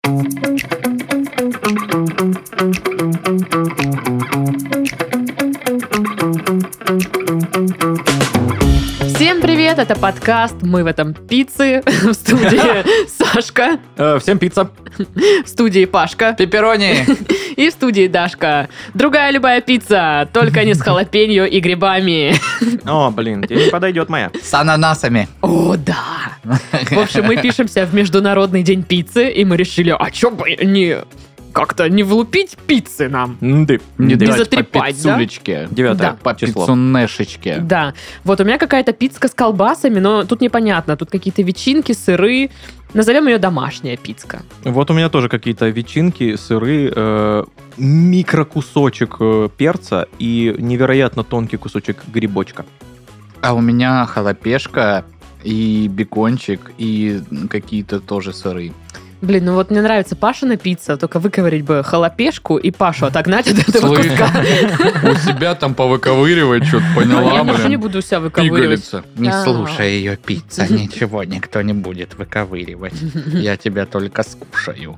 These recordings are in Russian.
Всем привет, это подкаст «Мы в этом пиццы». В студии Сашка. Всем пицца. В студии Пашка. Пепперони. И в студии Дашка. Другая любая пицца, только не с халапеньо и грибами. О, блин, тебе не подойдет моя. С ананасами. О, да. В общем, мы пишемся в Международный день пиццы, и мы решили, а чё бы не... Как-то не влупить пиццы нам. Да. Не Да. дать затрепать, по пиццулечке. 9 Да. По число. пиццунешечке. Да. Вот у меня какая-то пиццка с колбасами, но тут непонятно. Тут какие-то ветчинки, сыры. Назовем ее домашняя пиццка. Вот у меня тоже какие-то ветчинки, сыры, микрокусочек перца и невероятно тонкий кусочек грибочка. А у меня халапешка и бекончик, и какие-то тоже сыры. Блин, ну вот мне нравится Пашина пицца, только выковырить бы халапешку и Пашу отогнать от этого Слышь, куска. у себя там повыковыривать что-то, Я поняла, больше не буду себя выковыривать. Пигалица. Не А. слушай ее, пицца, ничего никто не будет выковыривать. Я тебя только скушаю.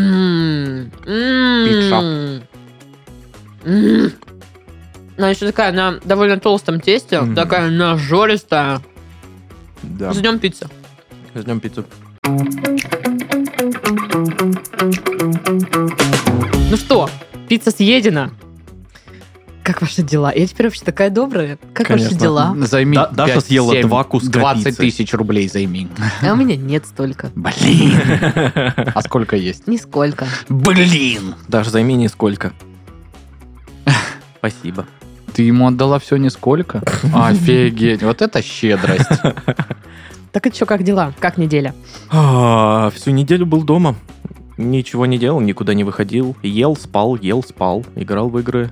Пицца. Она еще такая на довольно толстом тесте, Мгм. такая нажористая. Да. Ждем пиццу. Ждем пиццу. Ну что, пицца съедена. Как ваши дела? Я теперь вообще такая добрая. Как Конечно. ваши дела? Займи Даша 5, съела 7, 2 куска 20 пиццы. тысяч рублей займи. А у меня нет столько. Блин. А сколько есть? Нисколько. Блин. Даша, займи нисколько. Спасибо. Ты ему отдала все нисколько? Офигеть. Вот это щедрость. Так и что, как дела? Как неделя? Всю неделю был дома. Ничего не делал, никуда не выходил. Ел, спал, играл в игры.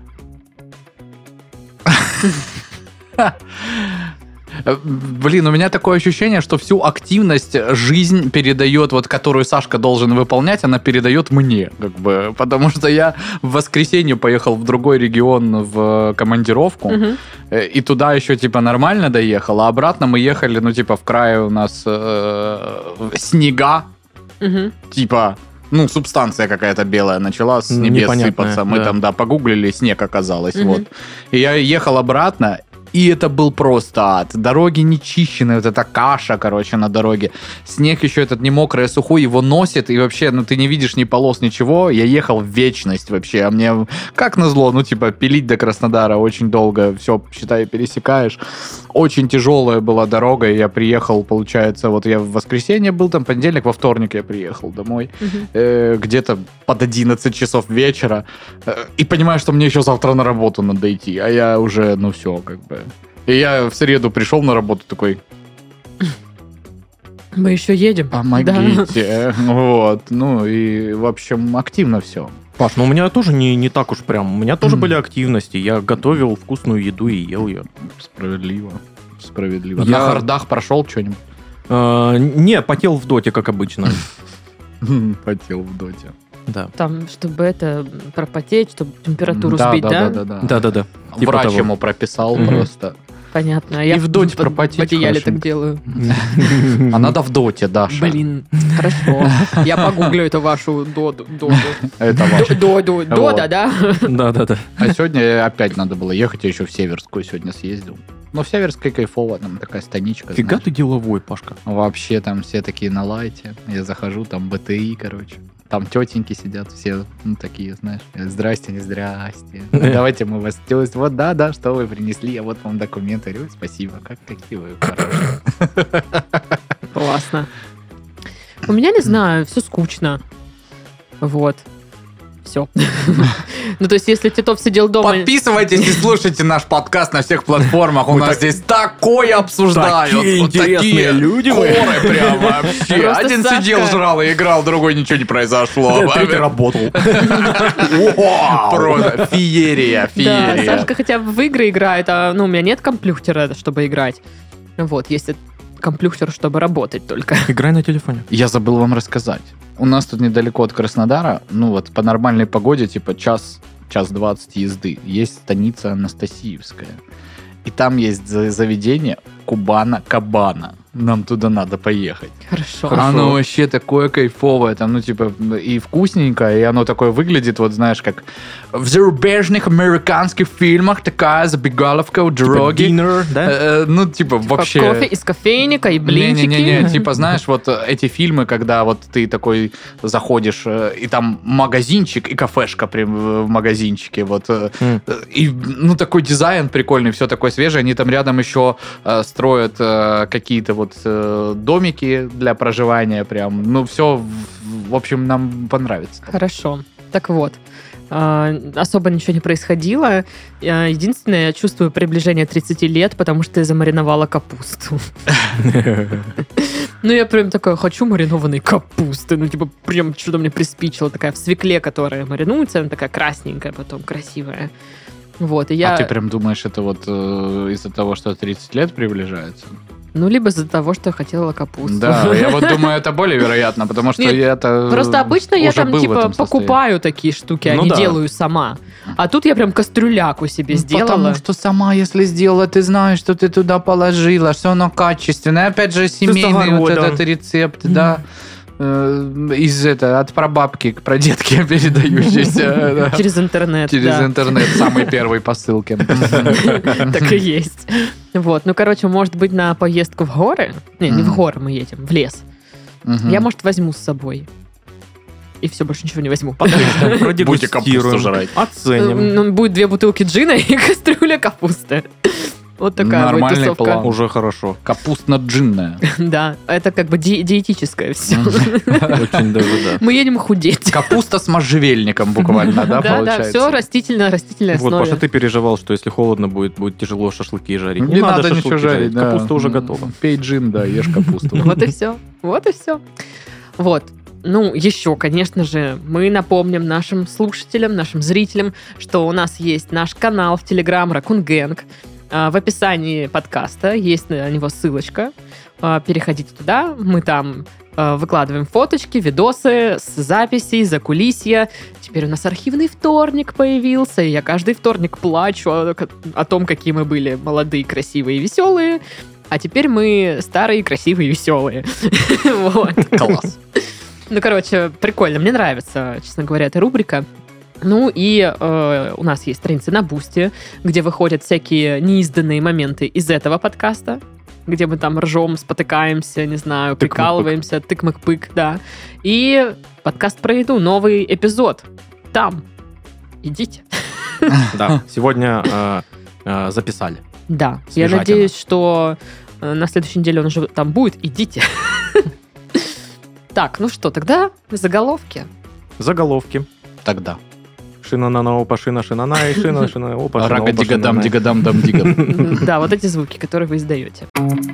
Блин, у меня такое ощущение, что всю активность жизнь передает, вот которую Сашка должен выполнять, она передает мне, как бы, потому что я в воскресенье поехал в другой регион в командировку, Мгм. и туда еще, типа, нормально доехал, а обратно мы ехали, ну, типа, в крае у нас снега, Мгм. типа... Ну, субстанция какая-то белая начала с небес Непонятная, сыпаться. Мы да. там, да, погуглили, снег оказалось. Мгм. Вот. И я ехал обратно, и это был просто ад. Дороги не чищены, вот эта каша, короче, на дороге. Снег еще этот не мокрый, а сухой, его носит, и вообще, ну, ты не видишь ни полос, ничего. Я ехал в вечность вообще, а мне, как назло, ну, типа, пилить до Краснодара очень долго, все, считай, пересекаешь. Очень тяжелая была дорога, и я приехал, получается, вот я в воскресенье был, там, понедельник, во вторник я приехал домой, Мгм. где-то под 11 часов вечера, и понимаю, что мне еще завтра на работу надо идти, а я уже, ну, все, как бы. И я в среду пришел на работу такой, Мы еще едем. помогите. Вот, ну, и, в общем, активно все. Паш, ну у меня тоже не так уж прям. У меня тоже Мгм. были активности. Я готовил вкусную еду и ел ее. Справедливо. Справедливо. Я- На хардах прошел что-нибудь? Не, потел в доте, как обычно. Потел в доте. Да. Там, чтобы это пропотеть, чтобы температуру Да, сбить, да? Да. Да-да-да. Типа Врач того. ему прописал Мгм. просто. Понятно. И в доте под- пропотеть в одеяле хорошенько. так делаю. А надо в доте, Даша. Блин, хорошо. Я погуглю эту вашу доду. Это ваше. Дода, Вот. да? Да-да-да. А сегодня опять надо было ехать, я еще в Северскую сегодня съездил. Но в Северской кайфово, там такая станичка. Фига знаешь. ты деловой, Пашка. Вообще там все такие на лайте. Я захожу, там БТИ, короче. Там тетеньки сидят, все, ну, такие, знаешь. Здрасте, не здрасте. Давайте мы вас... Вот, да, что вы принесли, а вот вам документы. Я говорю, спасибо, какие вы хорошие. Классно. У меня, не знаю, все скучно. Вот. Все. Ну, то есть, если Титов сидел дома... Подписывайтесь и слушайте наш подкаст на всех платформах. У Мы нас так- здесь такое обсуждают. Такие Вот интересные такие люди мы. коры прям вообще. Просто Один Сашка- сидел, жрал и играл, другой ничего не произошло. Третий работал. Просто феерия, Да, феерия. Сашка хотя бы в игры играет, а ну, у меня нет компьютера, чтобы играть. Вот, есть компьютер, чтобы работать только. Играй на телефоне. Я забыл вам рассказать. У нас тут недалеко от Краснодара, ну вот по нормальной погоде, типа час 20 езды, есть станица Анастасиевская. И там есть заведение Кубана Кабана. нам туда надо поехать. Хорошо. Хорошо. Оно вообще такое кайфовое, там, ну, типа, и вкусненькое, и оно такое выглядит, вот, знаешь, как в зарубежных американских фильмах такая забегаловка у дороги. Dinner, да? Ну, типа, вообще... Кофе из кофейника и блинчики. Не-не-не, типа, знаешь, вот эти фильмы, когда вот ты такой заходишь, и там магазинчик, и кафешка прям в магазинчике, вот, и, ну, такой дизайн прикольный, все такое свежее, они там рядом еще строят какие-то вот домики для проживания прям, ну, все, в общем, нам понравится. Хорошо. Так вот. Особо ничего не происходило. Единственное, я чувствую приближение 30 лет, потому что я замариновала капусту. Ну, я прям такая, хочу маринованной капусты. Ну, типа, прям что-то мне приспичило. Такая в свекле, которая маринуется, она такая красненькая, потом красивая. Вот, и я... А ты прям думаешь, это вот из-за того, что 30 лет приближается? Ну, либо из-за того, что я хотела капусту. Да, я вот думаю, это более вероятно, потому что Нет, я-то просто обычно я уже там, был в типа, этом состоянии. покупаю такие штуки, а Ну не да. делаю сама. А тут я прям кастрюляку себе сделала. Потому что сама, если сделала, ты знаешь, что ты туда положила, что оно качественное. Опять же, семейный вот огородом. этот рецепт, да. От прабабки к прадедке передающийся. Через интернет, Через да. интернет, самой первой посылки. Так и есть. Вот, ну, короче, может быть, на поездку в горы. Не в горы мы едем, в лес. Я, может, возьму с собой. И все, больше ничего не возьму. Будете капусту жрать. Оценим. Ну, будет 2 бутылки джина и кастрюля капусты. Вот такая вот Нормальный тусовка. план. Уже хорошо. Капустно-джинная. Да, это как бы диетическое все. Очень даже, да. Мы едем худеть. Капуста с можжевельником буквально, да, Да, получается? все растительная Вот, Паша, основе. ты переживал, что если холодно будет тяжело шашлыки жарить. Не надо шашлыки ничего жарить, да. Капуста уже готова. Пей джин, да, ешь капусту. Вот и все. Вот и все. Вот. Ну, еще, конечно же, мы напомним нашим слушателям, нашим зрителям, что у нас есть наш канал в Telegram Raccoon Gang. В описании подкаста есть на него ссылочка. Переходите туда. Мы там выкладываем фоточки, видосы с записей, закулисья. Теперь у нас архивный вторник появился, и я каждый вторник плачу о том, какие мы были молодые, красивые и веселые. А теперь мы старые, красивые и веселые. Вот. Класс. Ну, короче, прикольно. Мне нравится, честно говоря, эта рубрика. Ну и у нас есть страница на Бусти, где выходят всякие неизданные моменты из этого подкаста, где мы там ржем, спотыкаемся, не знаю, Тык-мык-пык. прикалываемся, тык-мык-пык, да. И подкаст про еду, новый эпизод. Там. Идите. Да, сегодня записали. Да. Я Свежатина. надеюсь, что на следующей неделе он уже там будет. Идите. Так, ну что, тогда заголовки. Заголовки. Тогда. Шина-на-на, опа, шина-шина-на, и шина-шина, опа, шина, Рага опа, дигадам шина-на. дигадам дам дигам. Да, вот эти звуки, которые вы издаете.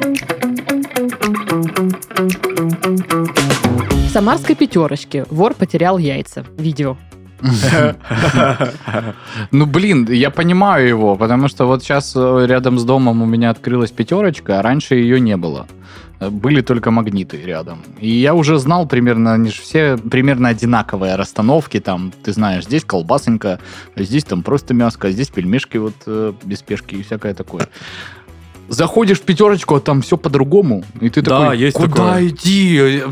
В самарской пятерочке вор потерял яйца. Видео. Ну, блин, я понимаю его, потому что вот сейчас рядом с домом у меня открылась пятерочка, а раньше ее не было. Были только магниты рядом. И я уже знал примерно, они же все примерно одинаковые расстановки. Там, ты знаешь, здесь колбасонька, а здесь там просто мяско, а здесь пельмешки вот без пешки и всякое такое. Заходишь в пятерочку, а там все по-другому. И ты Да, такой, есть куда такое. иди?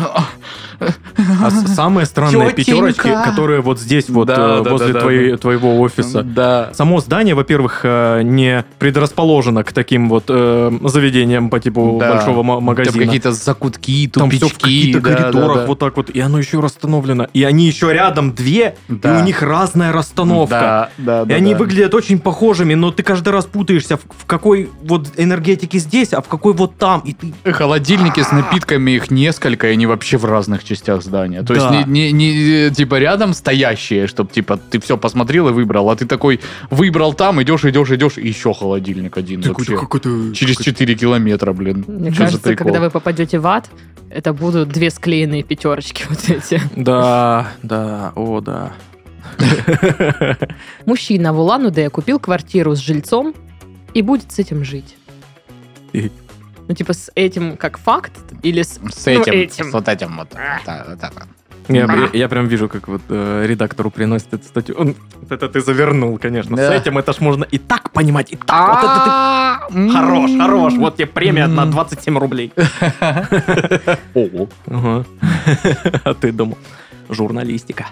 А самые странные Тетенька. пятерочки, которые вот здесь вот Да, да, возле да, твоего офиса. Да. Само здание, во-первых, не предрасположено к таким вот заведениям по типу Да. большого Там магазина. какие-то закутки, Там тупички. все в каких-то да, коридорах, да. вот так вот, и оно еще расстановлено. И они еще рядом две, Да. и у них разная расстановка. Да, И они выглядят очень похожими, но ты каждый раз путаешься, в какой вот энергетике здесь, а в какой вот там. И ты... Холодильники с напитками, их несколько, и они вообще в разных частях здания. То Да. есть не типа рядом стоящие, чтобы типа ты все посмотрел и выбрал, а ты такой выбрал там, идешь, и еще холодильник один вообще. Через 4 километра, блин. Мне Что за кажется, прикол? когда вы попадете в ад, это будут 2 склеенные пятерочки вот эти. Да, да, о, да. Мужчина в Улан-Удэ купил квартиру с жильцом и будет с этим жить. И? Ну, типа, с этим как факт или с С этим, этим. с вот этим вот. Да, вот так вот. Я прям вижу, как вот редактору приносит эту статью. Вот это ты завернул, конечно. Да. С этим это ж можно и так понимать, и так. Вот это ты... Хорош. Вот тебе премия на 27 рублей. Ого. Ага. А ты думал, журналистика.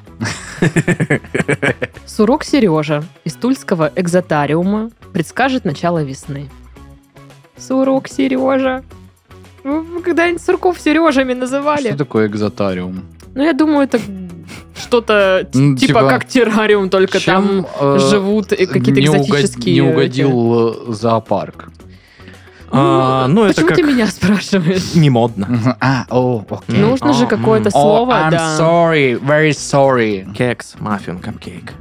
Сурок Сережа из Тульского экзотариума предскажет начало весны. Сурок Сережа. Вы когда-нибудь сурков Сережами называли? Что такое экзотариум? Ну, я думаю, это что-то Ну, типа как террариум, только там живут какие-то экзотические... Не угодил зоопарк. Ну, это почему как ты меня спрашиваешь? не модно. Окей. Нужно же какое-то слово, I'm да. sorry, very sorry. Кекс, маффин, капкейк.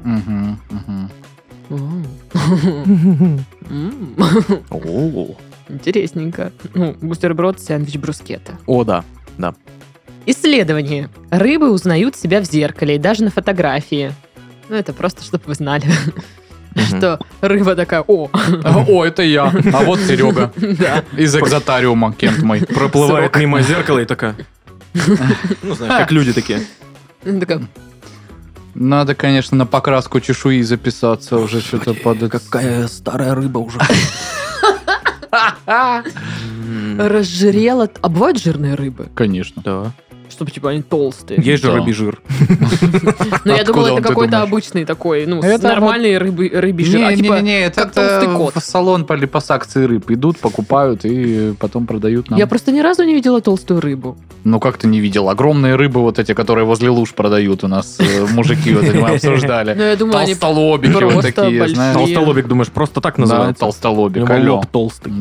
О, Интересненько. Ну, бутерброд, сэндвич, брускетта. О, да. Исследование. Рыбы узнают себя в зеркале и даже на фотографии. Ну, это просто, чтобы вы знали, что рыба такая, о, Это я. А вот Серега да. из экзотариума, Кент мой. Проплывает мимо зеркала и такая... Ну, знаешь, как люди такие. Такая, Надо, конечно, на покраску чешуи записаться уже что-то под это. Какая старая рыба уже. разжирела. А бывают жирные рыбы? Конечно. Да. Чтобы, типа, они толстые. Есть же Да. рыбий жир. Ну, я думала, Откуда это ты какой-то думаешь? обычный такой, ну, Это нормальный рыбий жир. А, типа, Не-не-не, это как толстый кот. в салон по липосакции рыб идут, покупают и потом продают нам. Я просто ни разу не видела толстую рыбу. Ну как ты не видел? Огромные рыбы вот эти, которые возле луж продают у нас, мужики вот эти мы Но обсуждали. я думаю, они Толстолобики вот просто такие, большие. знаешь. Толстолобик, думаешь, просто так Да, называется? У толстолобик, него алло. лоб толстый.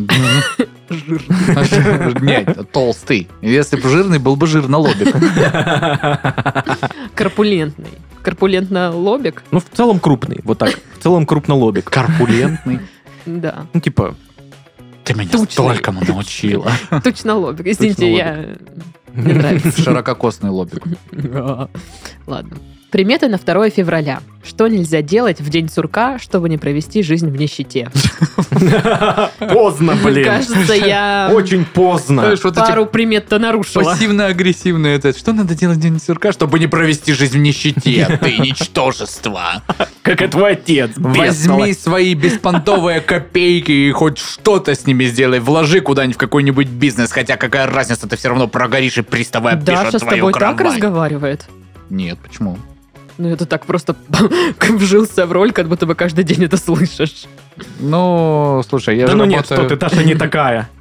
Нет, толстый. Если бы жирный, был бы жирнолобик. корпулентный. Корпулентно-лобик? Ну, в целом крупный. Вот так. В целом крупнолобик. Корпулентный. Да. Ну, типа... Ты меня Тучный. столькому научила. Точно-лобик. Извините, Точно я... Мне нравится. Ширококосный лобик. Ладно. Приметы на 2 февраля. Что нельзя делать в день сурка, чтобы не провести жизнь в нищете? Поздно, блин. Кажется, я Очень поздно. Знаешь, вот эти пару примет-то нарушила. пассивно-агрессивные это. Что надо делать в день сурка, чтобы не провести жизнь в нищете? Ты ничтожество. Как и твой отец. Возьми свои беспонтовые копейки и хоть что-то с ними сделай. Вложи куда-нибудь в какой-нибудь бизнес, хотя какая разница, ты все равно прогоришь и приставы Даша опишут с твою тобой так кровать. разговаривает? Нет, почему? Ну, это так просто вжился в роль, как будто бы каждый день это слышишь. Ну, слушай, я Да же ну нет, работаю... что ты, Даша не такая.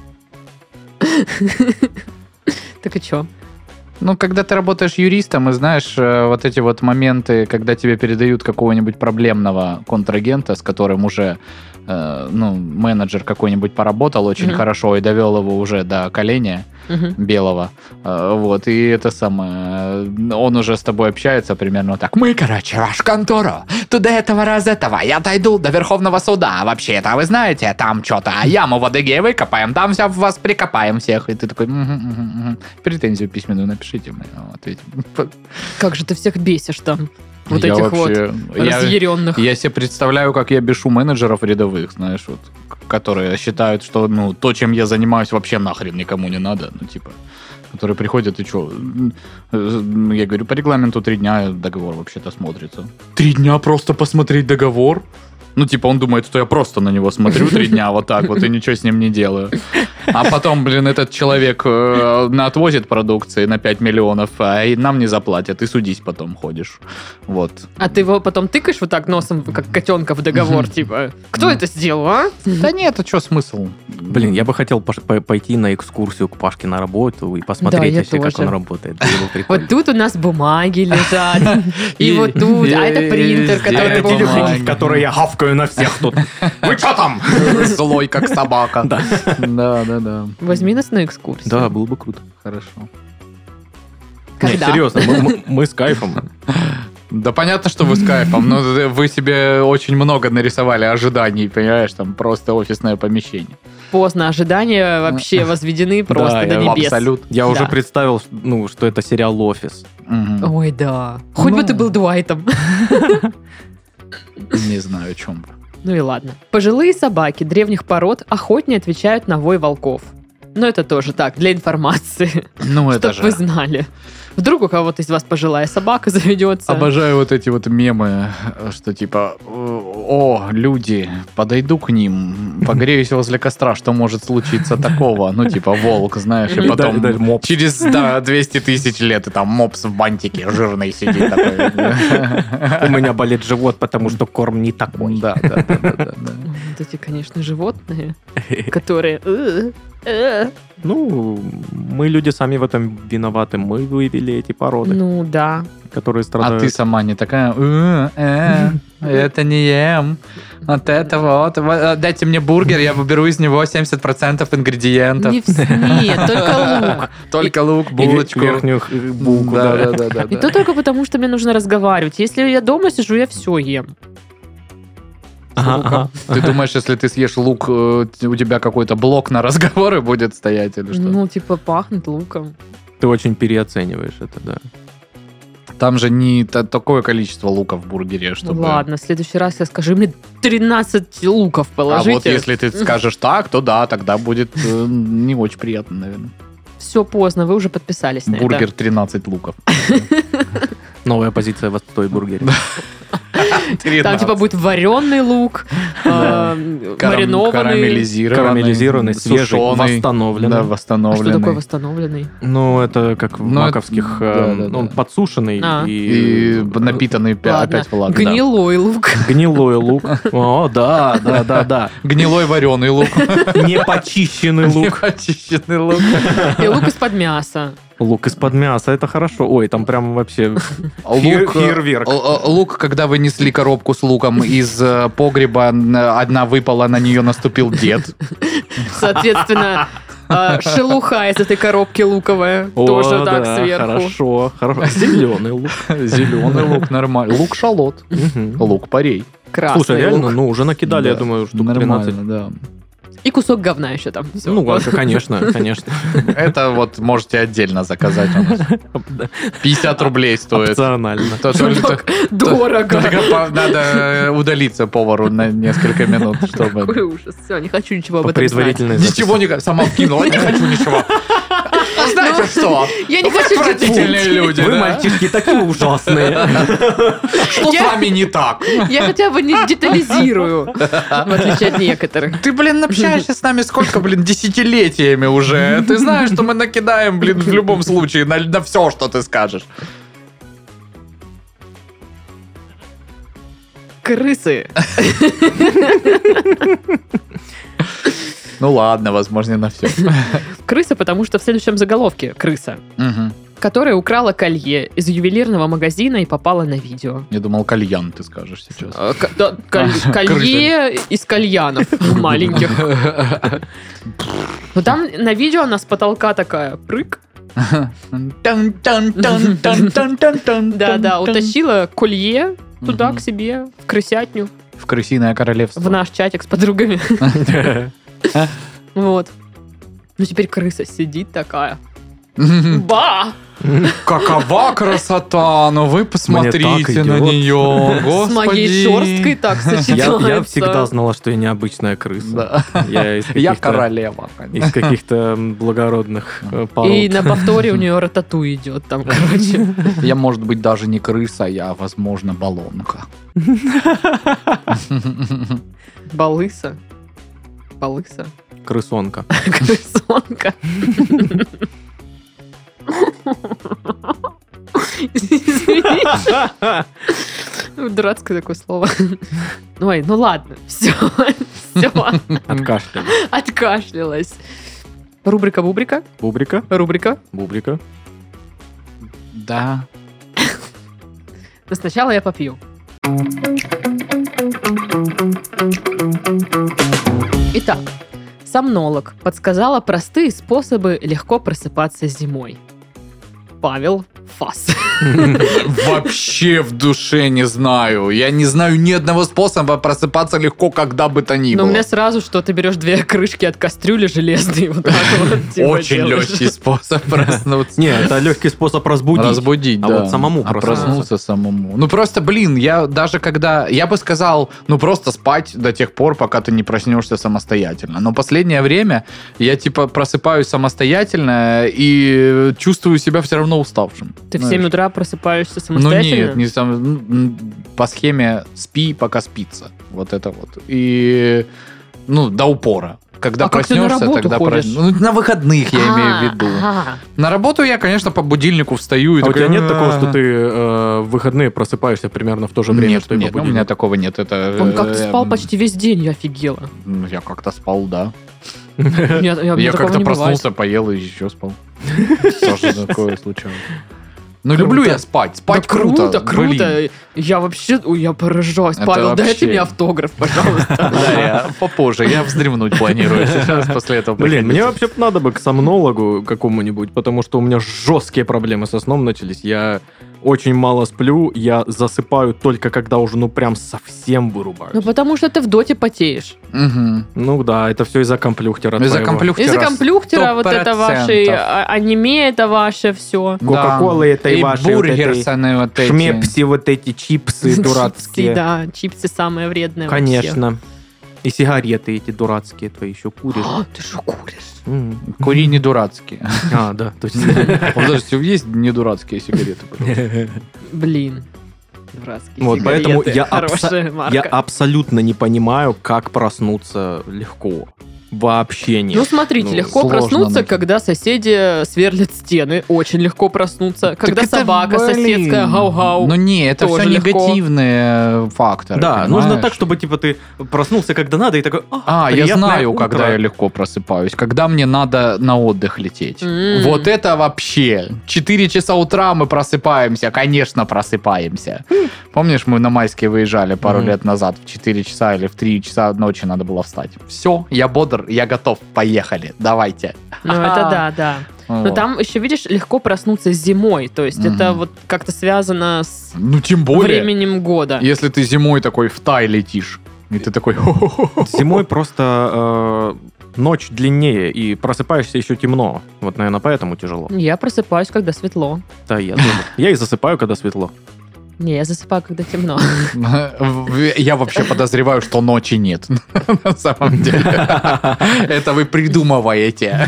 Так и чё? Ну, когда ты работаешь юристом и знаешь вот эти вот моменты, когда тебе передают какого-нибудь проблемного контрагента, с которым уже менеджер какой-нибудь поработал очень хорошо и довел его уже до коленя белого, вот, и это самое, он уже с тобой общается примерно так. Мы, короче, вашу контору, туда этого раз этого, я дойду до Верховного суда, вообще-то, вы знаете, там что-то, яму в Адыгее выкопаем, там все вас прикопаем всех, и ты такой, претензию письменную напишите, мы ответим. Как же ты всех бесишь там, вот Я этих вообще- вот разъяренных. Я себе представляю, как я бешу менеджеров рядовых, знаешь, вот, которые считают, что, ну, то, чем я занимаюсь, вообще нахрен никому не надо, ну, типа, которые приходят и что? Я говорю, по регламенту 3 дня договор вообще-то смотрится. 3 дня просто посмотреть договор? Ну, типа, он думает, что я просто на него смотрю 3 дня вот так вот и ничего с ним не делаю. А потом, блин, этот человек отвозит продукции на 5 миллионов, и нам не заплатят, и судись потом ходишь. Вот. А ты его потом тыкаешь вот так носом, как котенка в договор, типа, кто это сделал, а? Да нет, а что смысл? Блин, я бы хотел пойти на экскурсию к Пашке на работу и посмотреть, Да, я если как тоже. он работает. Было бы прикольно. Вот тут у нас бумаги лежат, и вот тут, а это принтер, А который... это телефон, в который я гавкаю на всех тут. Вы что там? Злой, как собака. Да, да, да. Возьми нас на экскурсию. Да, было бы круто. Хорошо. Нет, Когда? серьезно, мы с кайфом. Да понятно, что вы с кайфом, но вы себе очень много нарисовали ожиданий, понимаешь, там просто офисное помещение. Поздно, ожидания вообще возведены просто до небес. Абсолют. Я уже Да. представил, ну, что это сериал «Офис». Мгм. Ой, да. Хоть бы Ну. ты был Дуайтом. Не знаю, о чем вы. Ну и ладно. Пожилые собаки древних пород охотнее отвечают на вой волков. Но это тоже так, для информации, Ну, это чтобы вы знали. Вдруг у кого-то из вас пожилая собака заведется. Обожаю вот эти вот мемы, что типа, о, люди, подойду к ним, погреюсь возле костра, что может случиться такого? Ну, типа, волк, знаешь, и потом Да, мопс. через 200 тысяч лет и там мопс в бантике жирный сидит такой. У меня болит живот, потому что корм не такой. Да. Вот эти, конечно, животные, которые... Ну, мы люди сами в этом виноваты. Мы вывели эти породы, Ну, да. которые А страдают. ты сама не такая, это не ем. Вот это вот. Дайте мне бургер, я выберу из него 70% ингредиентов. Нет, только лук. Только лук, И булочку. верхнюю булку, да. Да. И то только потому, что мне нужно разговаривать. Если я дома сижу, я все ем. Ага. Ты думаешь, если ты съешь лук, у тебя какой-то блок на разговоры будет стоять или что? Ну, типа, пахнет луком. Ты очень переоцениваешь это, да. Там же не такое количество лука в бургере, Ну, чтобы... ладно, в следующий раз я скажу, мне 13 луков А положите. вот если ты скажешь так, то да, тогда будет не очень приятно, наверное. Все поздно, вы уже подписались на Бургер это. 13 луков. Новая позиция в отстой бургере. Там типа будет вареный лук, маринованный. Карамелизированный, свежий, сушеный. восстановленный. Да, А что восстановленный. такое восстановленный? Ну, это как в Ну, маковских, да. он подсушенный А. И напитанный Ладно, опять влагой. да. гнилой лук. гнилой лук. О, да. Гнилой вареный лук. Непочищенный лук. Очищенный лук. И лук из-под мяса. Лук из-под мяса, это хорошо. Ой, там прям вообще Лук, фейерверк. лук, когда вы несли коробку с луком из погреба, одна выпала, на нее наступил дед. Соответственно, шелуха из этой коробки луковая. О, Тоже так да, сверху. Хорошо. Зеленый лук. Зеленый лук нормально. Лук-шалот. Мгм. Лук-порей. Красный Слушай, реально, лук. ну, уже накидали, я Да, думаю, штук 13. нормально, да. И кусок говна еще там. Всё. Ну, конечно. Это вот можете отдельно заказать у нас. 50 рублей стоит. Опционально. Так дорого. Только надо удалиться повару на несколько минут, чтобы... Какой ужас. Все, не хочу ничего об По этом знать. предварительной записи. Ничего не... Сама вкинула, не хочу ничего. Знаете что? Я не Вы хочу отвратительные люди, Вы, да? мальчишки, такие ужасные. Что с вами не так? Я хотя бы не детализирую, в отличие от некоторых. Ты, блин, общаешься с нами сколько, блин, десятилетиями уже. Ты знаешь, что мы накидаем, блин, в любом случае на все, что ты скажешь. Крысы. Ну ладно, возможно, не на все. Крыса, потому что в следующем заголовке крыса, которая украла колье из ювелирного магазина и попала на видео. Я думал, кальян ты скажешь сейчас. Колье из кальянов маленьких. Ну там на видео она с потолка такая, прыг. Да, утащила колье туда, к себе, в крысятню, В крысиное королевство. в наш чатик с подругами. Вот. Ну теперь крыса сидит такая. Ба! Какова красота! Ну вы посмотрите на идет. нее. С моей шерсткой так сочетается. Я всегда знала, что я необычная крыса. Да. Я из Я каких-то- королева. Из каких-то благородных пород. И на повторе у нее ратату идет там, короче. Я, может быть, даже не крыса, я, возможно, баллонка. Балыса. Балыса. Крысонка. Крысонка. Извините. Дурацкое такое слово. Ой, ну ладно, все. Откашляли. Откашлялась. Рубрика-бубрика. Бубрика. Рубрика. Бубрика. Да. Но сначала я попью. Итак, сомнолог подсказала простые способы легко просыпаться зимой. Павел Фас. Вообще в душе не знаю. Я не знаю ни одного способа просыпаться легко, когда бы то ни Но у было. меня сразу, что ты берешь 2 крышки от кастрюли железной, вот так вот. типа, Очень делаешь. легкий способ проснуться. Не, это легкий способ разбудить. Разбудить, А да. вот самому А проснуться. проснуться самому. Ну просто, блин, я даже когда... Я бы сказал, ну просто спать до тех пор, пока ты не проснешься самостоятельно. Но последнее время я типа просыпаюсь самостоятельно и чувствую себя все равно уставшим. Ты в Знаешь. 7 утра просыпаешься Ну самостоятельно? нет, не по схеме спи, пока спится. Вот это вот. И до упора. Когда А как ты на проснешься, работу тогда ходишь? на выходных, я имею в виду. Ага. На работу я, конечно, по будильнику встаю и А у такой, тебя нет такого, что ты в выходные просыпаешься примерно в то же время, Нет, что и по нет, у меня будильнику? такого нет. Это, Он как-то спал почти весь день, я офигела. Я как-то спал, да. Нет, у меня Я такого как-то не бывает. проснулся, поел и еще спал. Тоже такое случалось. Ну, Круто. люблю я спать. Спать Да круто. круто. Блин. Я вообще, я поражаюсь. Это Павел, вообще- дайте мне автограф, пожалуйста. Да, я попозже. Я вздремнуть планирую сейчас после этого. Блин, мне приходить. вообще надо бы к сомнологу какому-нибудь, потому что у меня жесткие проблемы со сном начались. Я очень мало сплю, я засыпаю только когда уже, прям совсем вырубаюсь. Ну, потому что ты в доте потеешь. Мгм. Ну да, это все из-за комплюхтера Из-за твоего. комплюхтера. Из-за комплюхтера вот это 100%. ваше, аниме это ваше все. Кока-колы Да. этой И вашей вот этой бургерсоны вот эти. Шмепси, вот эти чипсы дурацкие. Да, чипсы самые вредные вообще. Конечно. И сигареты эти дурацкие твои еще куришь. А, ты что куришь? Кури не дурацкие. А, да, точно. Подождите, есть не дурацкие сигареты? пожалуйста? Блин. Дурацкие Вот, поэтому сигареты. Хорошая марка. я абсолютно не понимаю, как проснуться легко. Вообще нет. Ну, смотрите, Ну, легко сложно проснуться, найти. когда соседи сверлят стены. Очень легко проснуться. Когда это, собака блин. соседская гау-гау. Ну не, это Тоже все легко. негативные факторы. Да, понимаешь? нужно так, чтобы типа ты проснулся, когда надо, и такой. Я приятное знаю, утро». когда я легко просыпаюсь. Когда мне надо на отдых лететь. М. Вот это вообще. 4 часа утра мы просыпаемся. Конечно, просыпаемся. Помнишь, мы на майские выезжали пару Мгм. лет назад. В 4 часа или в 3 часа ночи надо было встать. Все, я бодр, я готов. Поехали, давайте. Ну, это да. Но Вот. там еще, видишь, легко проснуться зимой. То есть Мгм. это вот как-то связано с Ну, тем более, временем года. если ты зимой такой в Тай летишь. И ты такой... Зимой просто ночь длиннее, и просыпаешься еще темно. Вот, наверное, поэтому тяжело. Я просыпаюсь, когда светло. Да, я тоже. Я и засыпаю, когда светло. Не, я засыпаю, когда темно. Я вообще подозреваю, что ночи нет. На самом деле. Это вы придумываете.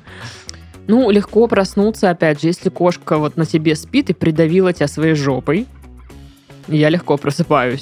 Ну, легко проснуться, опять же, если кошка вот на тебе спит и придавила тебя своей жопой. Я легко просыпаюсь.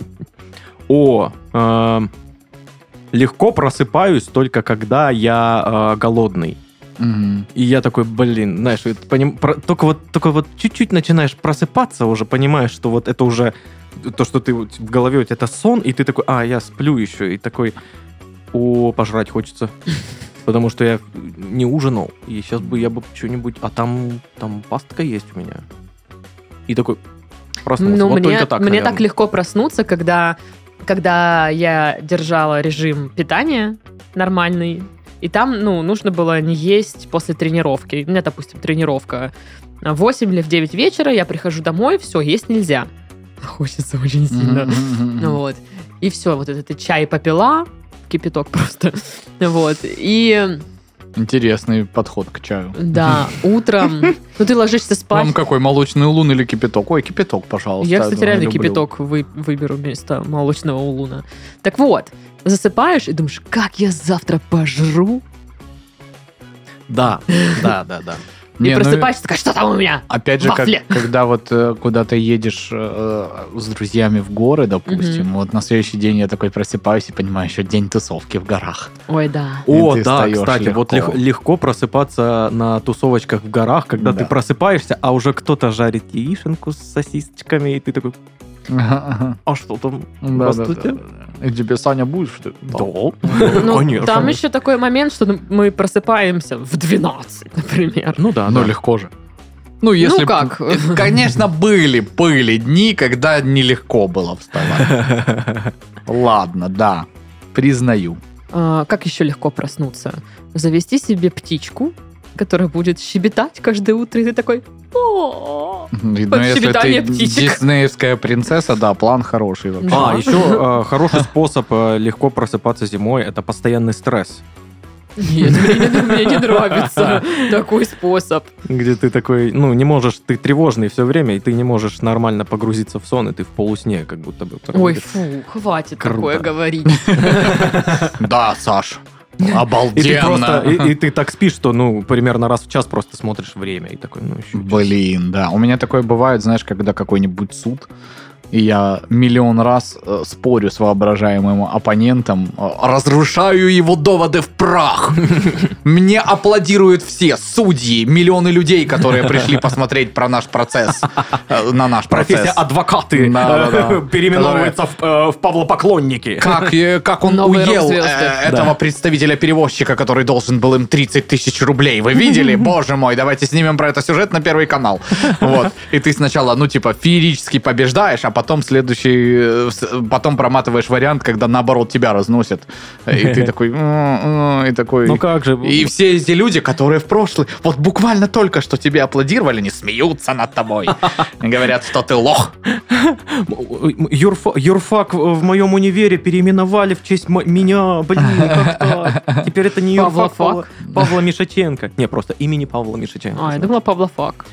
Легко просыпаюсь только когда я голодный. Мгм. И я такой, блин, знаешь, только вот чуть-чуть начинаешь просыпаться, уже понимаешь, что вот это уже то, что ты в голове, у тебя это сон, и ты такой, я сплю еще, и такой, пожрать хочется. Потому что я не ужинал, и сейчас бы я бы что-нибудь, а там пастка есть у меня. И такой, проснулся. Ну, Вот мне только так, так наверное. легко проснуться, когда я держала режим питания нормальный, и там, нужно было не есть после тренировки. У меня, допустим, тренировка в 8 или в 9 вечера, я прихожу домой, все, есть нельзя. Хочется очень сильно. Вот. И все, вот этот чай попила, кипяток просто. Вот. И Интересный подход к чаю. да, утром, ты ложишься спать. Вам какой, молочный улун или кипяток? Ой, кипяток, пожалуйста. Я, кстати, да, реально люблю. кипяток выберу вместо молочного улуна. Так вот, засыпаешь и думаешь, как я завтра пожру? Да. И Не, ну, просыпаешься, такая, что там у меня? Опять же, Вафли. когда вот куда-то едешь с друзьями в горы, допустим, вот на следующий день я такой просыпаюсь и понимаю, еще день тусовки в горах. Ой, да. И О, ты да, встаешь кстати, вот легко. легко просыпаться на тусовочках в горах, когда Да. ты просыпаешься, а уже кто-то жарит яишенку с сосисочками, и ты такой, а что там? Здравствуйте. И тебе, Саня, будешь? Что ли? Да. Ну, конечно. там еще такой момент, что мы просыпаемся в 12, например. Ну да, Ну, да. легко же. Ну, если... как? Конечно, были дни, когда нелегко было вставать. Ладно, да, признаю. Как еще легко проснуться? Завести себе птичку которая будет щебетать каждое утро, и ты такой... «О-о-о». Ну, если Щебетание ты птичек. диснеевская принцесса, да, план хороший вообще. Да. Еще хороший способ легко просыпаться зимой — это постоянный стресс. Нет, мне не нравится такой способ. Где ты такой, не можешь, ты тревожный все время, и ты не можешь нормально погрузиться в сон, и ты в полусне как будто бы. Ой, фу, хватит Круто. такое говорить. Да, Саш, И ты обалденно. и ты так спишь, что, примерно раз в час просто смотришь время, и такой, еще Блин, да. У меня такое бывает, знаешь, когда какой-нибудь суд, и я миллион раз спорю с воображаемым оппонентом, разрушаю его доводы в прах. Мне аплодируют все судьи, миллионы людей, которые пришли посмотреть про наш процесс, на наш профессия процесс. адвокаты Да. переименовывается в Павлопоклонники. Как он Новые уел рок-звезды. этого представителя-перевозчика, который должен был им 30 тысяч рублей. Вы видели? Боже мой, давайте снимем про это сюжет на Первый канал. Вот. И ты сначала, феерически побеждаешь, а потом потом проматываешь вариант, когда наоборот тебя разносят. И ты такой... И такой... Ну как же? И все эти люди, которые в прошлый... Вот буквально только что тебе аплодировали, они смеются над тобой. И говорят, что ты лох. Юрфак в моем универе переименовали в честь меня. Блин, как так? Теперь это не юрфак Павлофак? Павла Мишаченко. Не, просто имени Павла Мишаченко. Я думала Павлофак.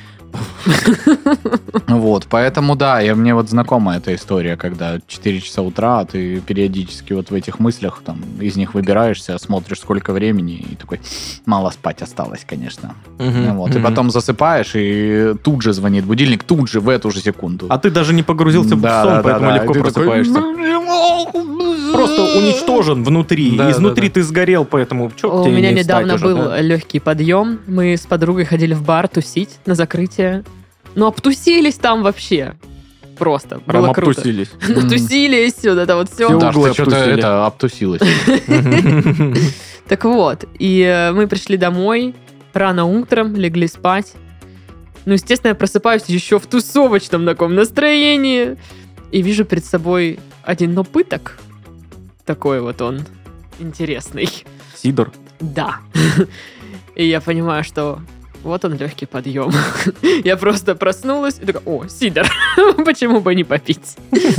Вот, поэтому да, мне знакома эта история, когда 4 часа утра, ты периодически в этих мыслях, из них выбираешься, смотришь, сколько времени, и такой, мало спать осталось, конечно. Вот, и потом засыпаешь, и тут же звонит будильник, тут же, в эту же секунду. А ты даже не погрузился в сон, поэтому легко просыпаешься. Просто уничтожен внутри. Да, Изнутри да. ты сгорел, поэтому У меня недавно был легкий подъем. Мы с подругой ходили в бар тусить на закрытие. Обтусились там вообще. Просто. Прям Было круто. обтусились. Натусились, вот это вот все. Всё. Даш, углы ты что-то обтусили. обтусилась. Так вот, и мы пришли домой рано утром, легли спать. Естественно, я просыпаюсь еще в тусовочном таком настроении. И вижу перед собой один напиток. Такой вот он интересный. Сидор. Да. И я понимаю, что вот он, легкий подъем. Я просто проснулась и такая, сидор, почему бы не попить?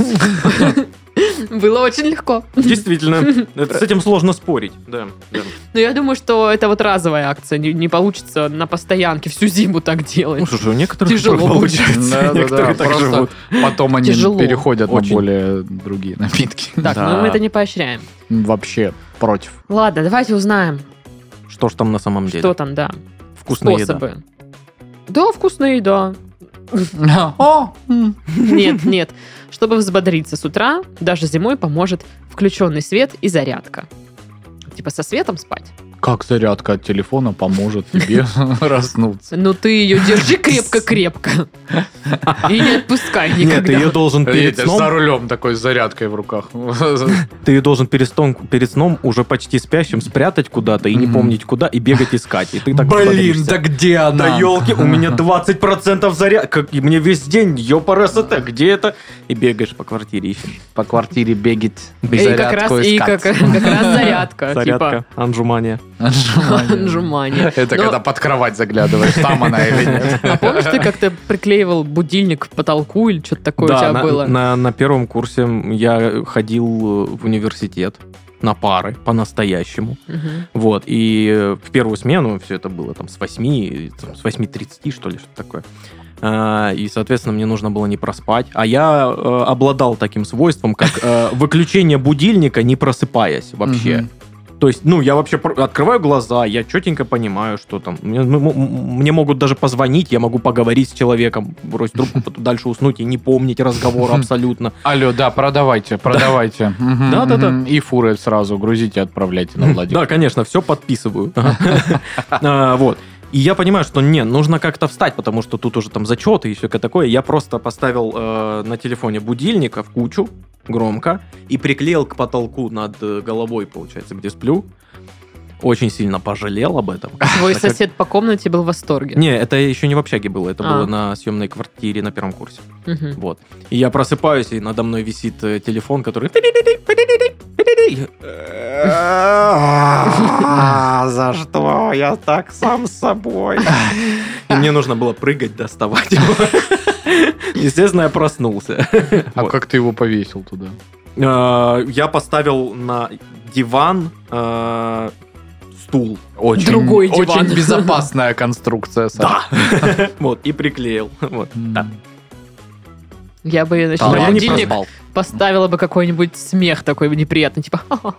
Было очень легко. Действительно, с этим сложно спорить. Да. Но я думаю, что это вот разовая акция. Не получится на постоянке всю зиму так делать. Слушай, у некоторых Тяжело так получается. Да-да-да, Некоторые так просто живут. Потом они Тяжело. переходят на Очень. более другие напитки. Так, Да. мы это не поощряем. Вообще против. Ладно, давайте узнаем, Что ж там на самом деле? что там, да. Вкусная еда. Способы. Да, вкусная еда. О! Нет. Чтобы взбодриться с утра, даже зимой поможет включенный свет и зарядка. Типа со светом спать. Как зарядка от телефона поможет тебе проснуться? Ты ее держи крепко-крепко. И не отпускай Нет, никогда. ты ее должен перед За сном, рулем такой с зарядкой в руках. ты ее должен перед сном уже почти спящим спрятать куда-то и не Мгм. помнить куда, и бегать искать. И ты так Блин, взбодришься. да где она? Да елки, у меня 20% заряд. И мне весь день, ёпарасоте, где это? И бегаешь по квартире ищешь. По квартире бегать, И как раз зарядка. Зарядка, анжумания. Отжимание. Это Но- когда под кровать заглядываешь, там она или нет. А помнишь, ты как-то приклеивал будильник к потолку или что-то такое у тебя было? на первом курсе я ходил в университет на пары по-настоящему. Мгм. Вот, и в первую смену все это было с 8:30, что ли, что-то такое. И, соответственно, мне нужно было не проспать. А я обладал таким свойством, как выключение будильника, не просыпаясь вообще. Мгм. То есть, я вообще открываю глаза, я четенько понимаю, что там. Мне могут даже позвонить, я могу поговорить с человеком, бросить трубку, потом дальше уснуть и не помнить разговора абсолютно. Алло, да, продавайте. Мгм, Да-да-да. мгм. И фуры сразу грузите, отправляйте на Владимир. Да, конечно, все подписываю. Вот. И я понимаю, что нужно как-то встать, потому что тут уже зачеты и все такое. Я просто поставил на телефоне будильника в кучу, громко, и приклеил к потолку над головой, получается, где сплю. Очень сильно пожалел об этом. Твой Так как- сосед по комнате был в восторге. Не, это еще не в общаге было, это А. было на съемной квартире на первом курсе. Мгм. Вот. И я просыпаюсь, и надо мной висит телефон, который За что? Я так сам с собой. И мне нужно было прыгать, доставать его. Естественно, я проснулся. А Вот. как ты его повесил туда? Я поставил на диван стул. Другой диван. Очень безопасная конструкция, Саша. Да. Вот, и приклеил. Вот. Да. Я бы на Талант холодильник проспал. поставила бы какой-нибудь смех такой неприятный, типа...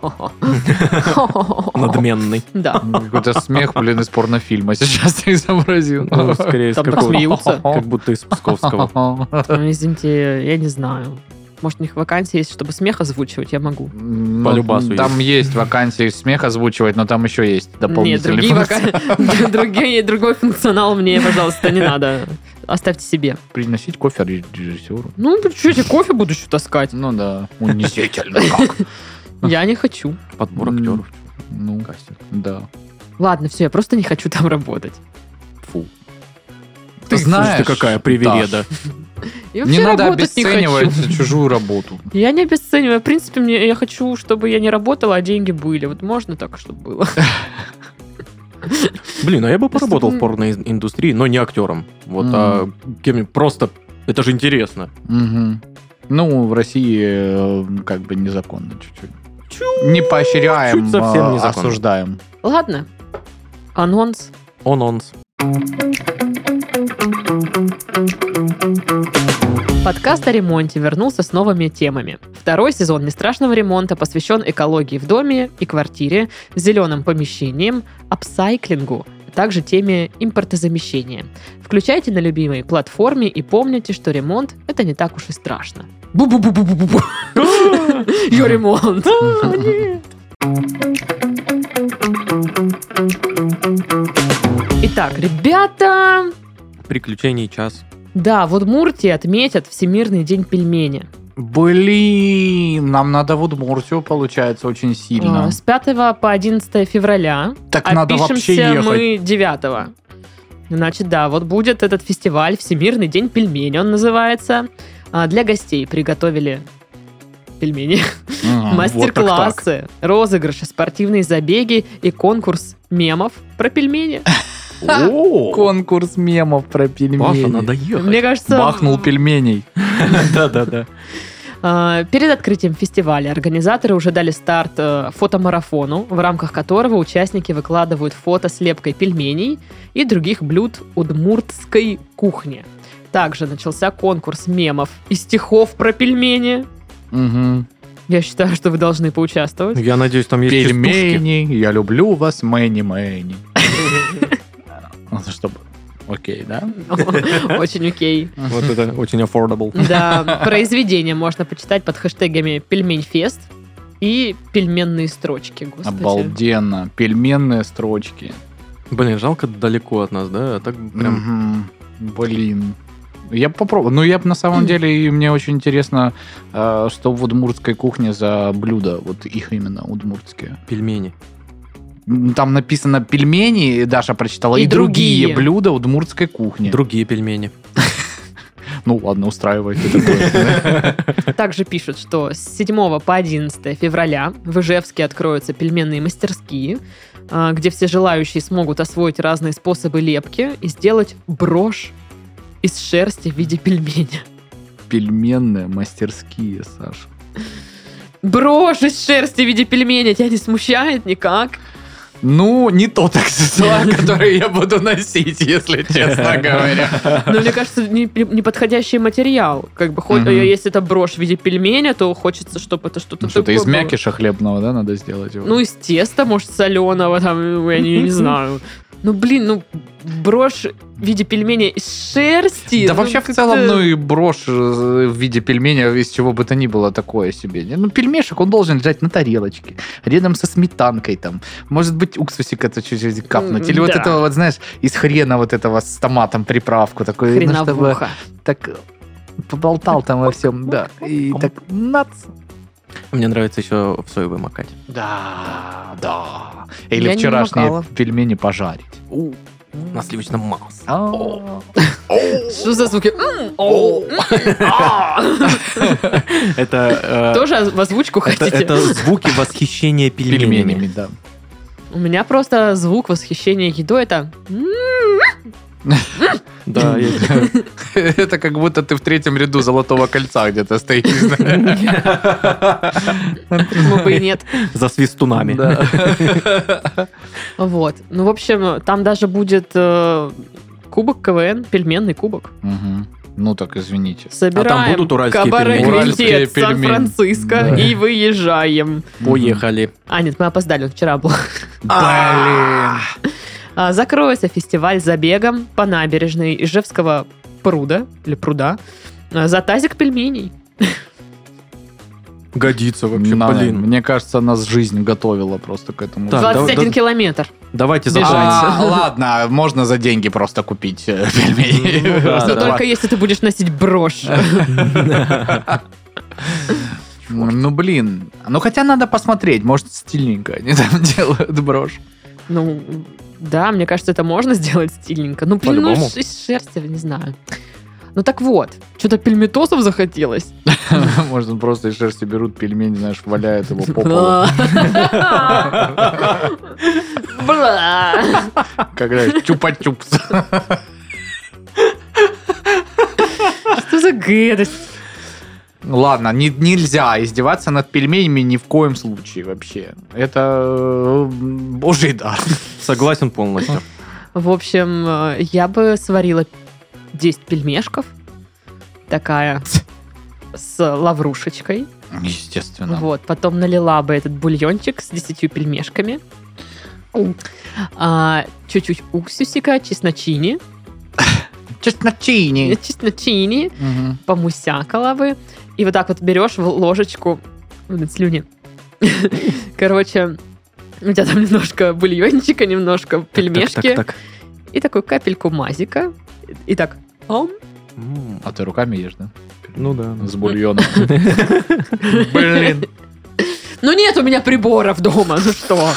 Надменный. Да. Какой-то смех, блин, из порнофильма сейчас ты изобразил. Ну, скорее, Там так какого- смеются. как будто из Псковского. Ну, извините, я не знаю. Может, у них вакансия есть, чтобы смех озвучивать, я могу. Ну, любасу там есть вакансии смех озвучивать, но там еще есть Нет, дополнительные другие функции. другой функционал мне, пожалуйста, не надо. Оставьте себе. Приносить кофе режиссеру. Ну, что, я кофе буду еще таскать? Ну да, унизительно как. Я не хочу. Подбор актеров. Ну, Кастинг. да. Ладно, все, я просто не хочу там работать. Фу. Ты знаешь, Ты какая привереда. Я Не вообще надо работать не обесценивать хочу. чужую работу. Я не обесцениваю. В принципе, я хочу, чтобы я не работала, а деньги были. Вот можно так, чтобы было? Блин, а я бы поработал Если в бы- порноиндустрии, но не актером. Вот, а кем просто... Это же интересно. Мгм. Ну, в России как бы незаконно чуть-чуть. Не поощряем, Чуть совсем незаконно. осуждаем. Ладно. Анонс. Ононс. Подкаст о ремонте вернулся с новыми темами. Второй сезон «Нестрашного ремонта» посвящен экологии в доме и квартире, зеленым помещениям, апсайклингу, а также теме импортозамещения. Включайте на любимой платформе и помните, что ремонт – это не так уж и страшно. Бу-бу-бу-бу-бу-бу. Ее ремонт. Итак, ребята, Приключений час. да, в Удмуртии отметят Всемирный день пельменя. Блин, нам надо в Удмуртию, получается, очень сильно. С 5 по 11 февраля. Так надо вообще Опишемся ехать. мы 9. Значит, да, вот будет этот фестиваль «Всемирный день пельменя», он называется. Для гостей приготовили пельмени, Ага. мастер-классы, розыгрыши, спортивные забеги и конкурс мемов про пельмени. О, Конкурс мемов про пельмени. Паша, надо ехать. Мне кажется, Бахнул пельменей. Да-да-да. перед открытием фестиваля организаторы уже дали старт фотомарафону, в рамках которого участники выкладывают фото с лепкой пельменей и других блюд удмуртской кухни. Также начался конкурс мемов и стихов про пельмени. Мгм. Я считаю, что вы должны поучаствовать. Я надеюсь, там есть частушки. Пельмени, я люблю вас, Мэни. Чтобы... Окей, да? Очень окей. Вот это очень affordable. Да, произведения можно почитать под хэштегами «Пельмень-фест» и «Пельменные строчки». Господи. Обалденно. Пельменные строчки. Блин, жалко далеко от нас, да? А так прям... Мгм. Блин. Я бы попробовал. Ну, я бы на самом деле, и мне очень интересно, что в удмуртской кухне за блюда, вот их именно удмуртские. Пельмени. Там написано пельмени, Даша прочитала, И и другие другие. блюда удмуртской кухни. Другие пельмени. Ну, ладно, устраивает. ты такое. Также пишут, что с 7 по 11 февраля в Ижевске откроются пельменные мастерские, где все желающие смогут освоить разные способы лепки и сделать брошь из шерсти в виде пельменя. Пельменные мастерские, Саша. Брошь из шерсти в виде пельменя тебя не смущает никак? Ну, не тот аксессуар, который я буду носить, если честно говоря. Но мне кажется, неподходящий материал. Как бы, Мгм. если это брошь в виде пельменя, то хочется, чтобы это что-то Что-то такое из было. мякиша хлебного, да, надо сделать его? Ну, из теста, может, соленого, там, я не знаю. Ну, блин, брошь в виде пельменя из шерсти. Да ну, вообще в как-то- целом, ну и брошь в виде пельменя, из чего бы то ни было такое себе. Ну, пельмешек он должен лежать на тарелочке, рядом со сметанкой там. Может быть, уксусик это чуть-чуть капнуть. Или вот Да. этого, вот знаешь, из хрена вот этого с томатом приправку. Такой, ну, чтобы Хреновуха. так поболтал там во всем, да. И так, нац. Мне нравится еще в соевый макать. Да, да. Или Я не вчерашние макала. пельмени пожарить. на сливочном масле. Что за звуки? Это... Тоже в озвучку хотите? Это звуки восхищения пельменями. Пельменями, да. У меня просто звук восхищения едой это... Да, Это как будто ты в 3-м ряду Золотого кольца где-то стоишь. Почему бы и нет? за свистунами. Вот. Ну, в общем, там даже будет кубок КВН, пельменный кубок. Мгм. Ну так, извините. Собираем будут уральские пельмени? Уральские кабаре-квинтет пельмени. Сан-Франциско Да. и выезжаем. Поехали. А, нет, мы опоздали, он вчера был. Блин. Закроется фестиваль забегом по набережной Ижевского пруда, или пруда, за тазик пельменей. Годится вообще, Да, блин. Мне кажется, нас жизнь готовила просто к этому. Так, 21 да- километр. Давайте Бежать. зажать. Ладно, можно за деньги просто купить пельмени. Ну да, Но да. только если ты будешь носить брошь. Ну, блин. Ну, хотя надо посмотреть. Может, стильненько они там делают брошь. Ну, да, мне кажется, это можно сделать стильненько. Ну, блин, ну, По-любому. из шерсти, не знаю. Ну, так вот, что-то пельметосов захотелось. Может, он просто из шерсти берут пельмень, знаешь, валяют его по полу. Бла. Когда чупа-чупс. Что за гадость? Ну, ладно, нельзя издеваться над пельменями ни в коем случае вообще. Это божий дар. Согласен полностью. В общем, я бы сварила 10 пельмешков. Такая с лаврушечкой. Естественно. Вот. Потом налила бы этот бульончик с 10 пельмешками. Чуть-чуть уксусика, чесночини. Чесночини. Чесночини. Мгм. Помусякала бы. И вот так вот берешь в ложечку слюни. Короче, у тебя там немножко бульончика, немножко пельмешки. Так. И такую капельку мазика. И так. Ом. А ты руками ешь, да? Ну да. С бульоном. Блин. Ну нет у меня приборов дома, ну что?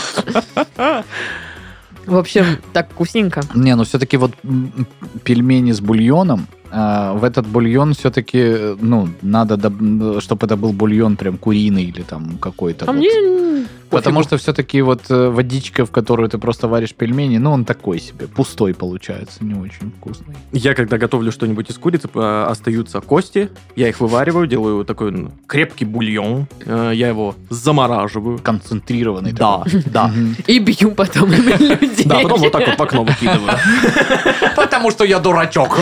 В общем, так вкусненько. Не, ну все-таки вот пельмени с бульоном, в этот бульон все-таки, ну, надо, чтобы это был бульон прям куриный или там какой-то. А вот. мне Потому что все-таки вот водичка, в которую ты просто варишь пельмени, ну, он такой себе, пустой получается, не очень вкусный. Я, когда готовлю что-нибудь из курицы, остаются кости, я их вывариваю, делаю такой крепкий бульон, я его замораживаю. Концентрированный. Да, такой. да. Мгм. И бью потом людей. Да, потом вот так вот в окно выкидываю. Потому что я дурачок.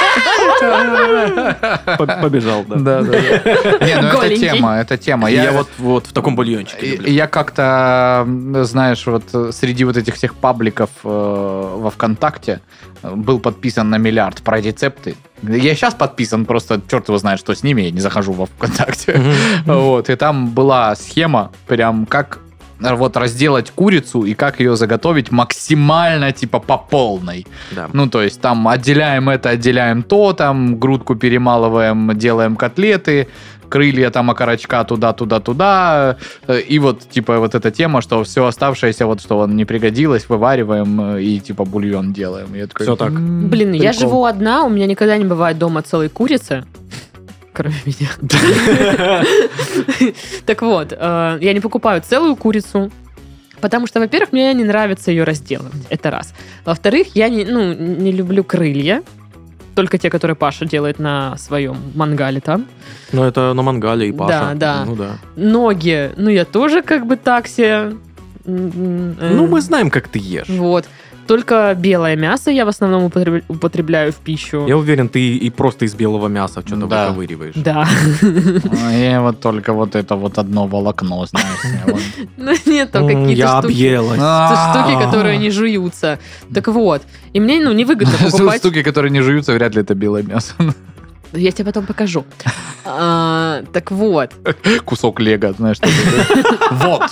Побежал, да. Да. Не, ну Голенький. это тема. Я вот в таком бульончике люблю. Я как-то, знаешь, вот среди вот этих всех пабликов во ВКонтакте был подписан на миллиард про рецепты. Я сейчас подписан, просто черт его знает, что с ними, я не захожу во ВКонтакте. Вот, и там была схема, прям как вот разделать курицу и как ее заготовить максимально, типа, по полной. Да. Ну, то есть там отделяем это, отделяем то, там грудку перемалываем, делаем котлеты, крылья там окорочка туда. И вот, типа, вот эта тема, что все оставшееся, вот что не пригодилось, вывариваем и, типа, бульон делаем. И я такой, Всё так. Блин, я прикол. живу одна, у меня никогда не бывает дома целой курицы. Кроме меня. Так вот, я не покупаю целую курицу, потому что, во-первых, мне не нравится ее разделывать. Это раз. Во-вторых, я не люблю крылья. Только те, которые Паша делает на своем мангале там. Ну, это на мангале и Паша. Да. Ну, да. Ноги, я тоже как бы так себе. Ну, мы знаем, как ты ешь. Вот. Только белое мясо я в основном употребляю в пищу. Я уверен, ты и просто из белого мяса что-то Да. выковыриваешь. Да. Я вот только вот это вот одно волокно, знаешь. вот. Ну нет, там какие-то Я штуки. объелась. Штуки, которые не жуются. Так вот. И мне, невыгодно покупать. Штуки, которые не жуются, вряд ли это белое мясо. Я тебе потом покажу. Так вот. Кусок лего, знаешь, что вот.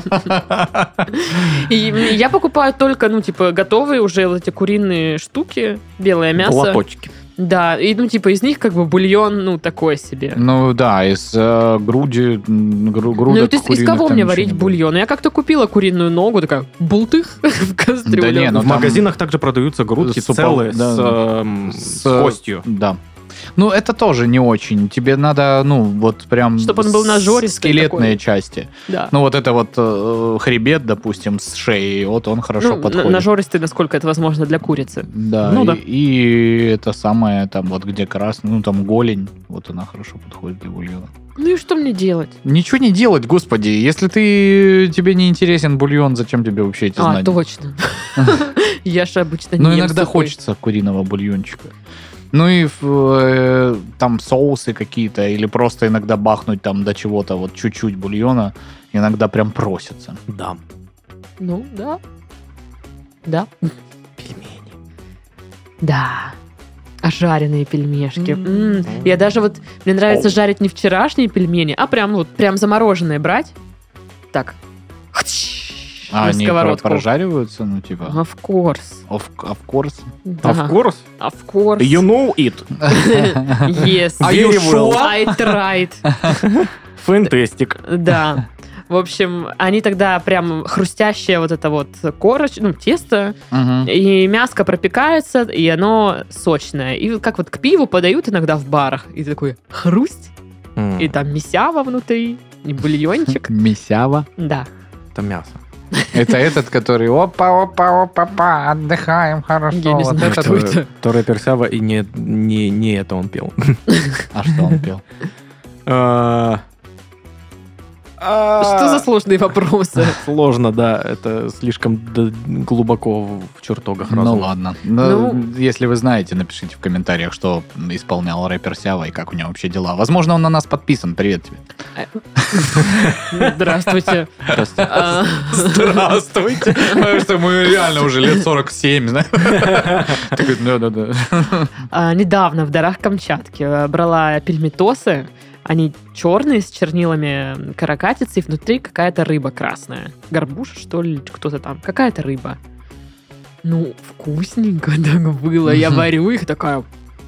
И я покупаю только, готовые уже вот эти куриные штуки, белое мясо. Лоточки. Да, и, ну, типа, из них как бы бульон, ну, такой себе. Ну да, из грудок Ну, вот из куриных кого там мне ничего варить не будет. бульон? Я как-то купила куриную ногу, такая, бултых в кастрюлю. Да не, ну В там магазинах также продаются грудки целые да, с костью. Да. Ну, это тоже не очень. Тебе надо, ну, вот прям... Чтоб он был нажористый скелетные такой. части. Да. Ну, вот это вот хребет, допустим, с шеей, вот он хорошо Ну, подходит. нажористый, насколько это возможно для курицы. Да, Ну да. и это самое, там, вот где красный, ну, там голень, вот она хорошо подходит для бульона. Ну и что мне делать? Ничего не делать, господи. Если тебе не интересен бульон, зачем тебе вообще эти знания? Точно. Я же обычно не Ну, ем иногда сухой. хочется куриного бульончика. Ну и там соусы какие-то, или просто иногда бахнуть там до чего-то, вот чуть-чуть бульона, иногда прям просится. Да. Ну, да. Да. Пельмени. Да. А жареные пельмешки. Я даже вот... Мне нравится жарить не вчерашние пельмени, а прям замороженные брать. Так. А На они сковородку. прожариваются, ну типа... Of course. Of course. Да. Of course. Of course. You know it. Yes. Are you sure? I tried. Фантастик. Да. В общем, они тогда прям хрустящая вот эта вот корочка, ну, тесто, Мгм. и мяско пропекается, и оно сочное. И как вот к пиву подают иногда в барах. И такой хрусть, и там месява внутри, и бульончик. Месява. Да. Это мясо. Это этот, который опа, отдыхаем, хорошо. Я не Вот знаю, этот кто вот. это. То рэпер Сява, и не это он пел. А что он пел? Что за сложные вопросы? Сложно, да. Это слишком глубоко в чертогах Ну разума. ладно. Ну. Ну, если вы знаете, напишите в комментариях, что исполнял рэпер Сява и как у него вообще дела. Возможно, он на нас подписан. Привет тебе. Здравствуйте. А, Здравствуйте. Потому что мы реально уже лет 47, знаешь. Такой, да. Недавно в дарах Камчатки брала пельметосы. Они черные, с чернилами каракатицы, и внутри какая-то рыба красная. Горбуша, что ли, кто-то там. Какая-то рыба. Ну, вкусненько так было. Я варю их, такая,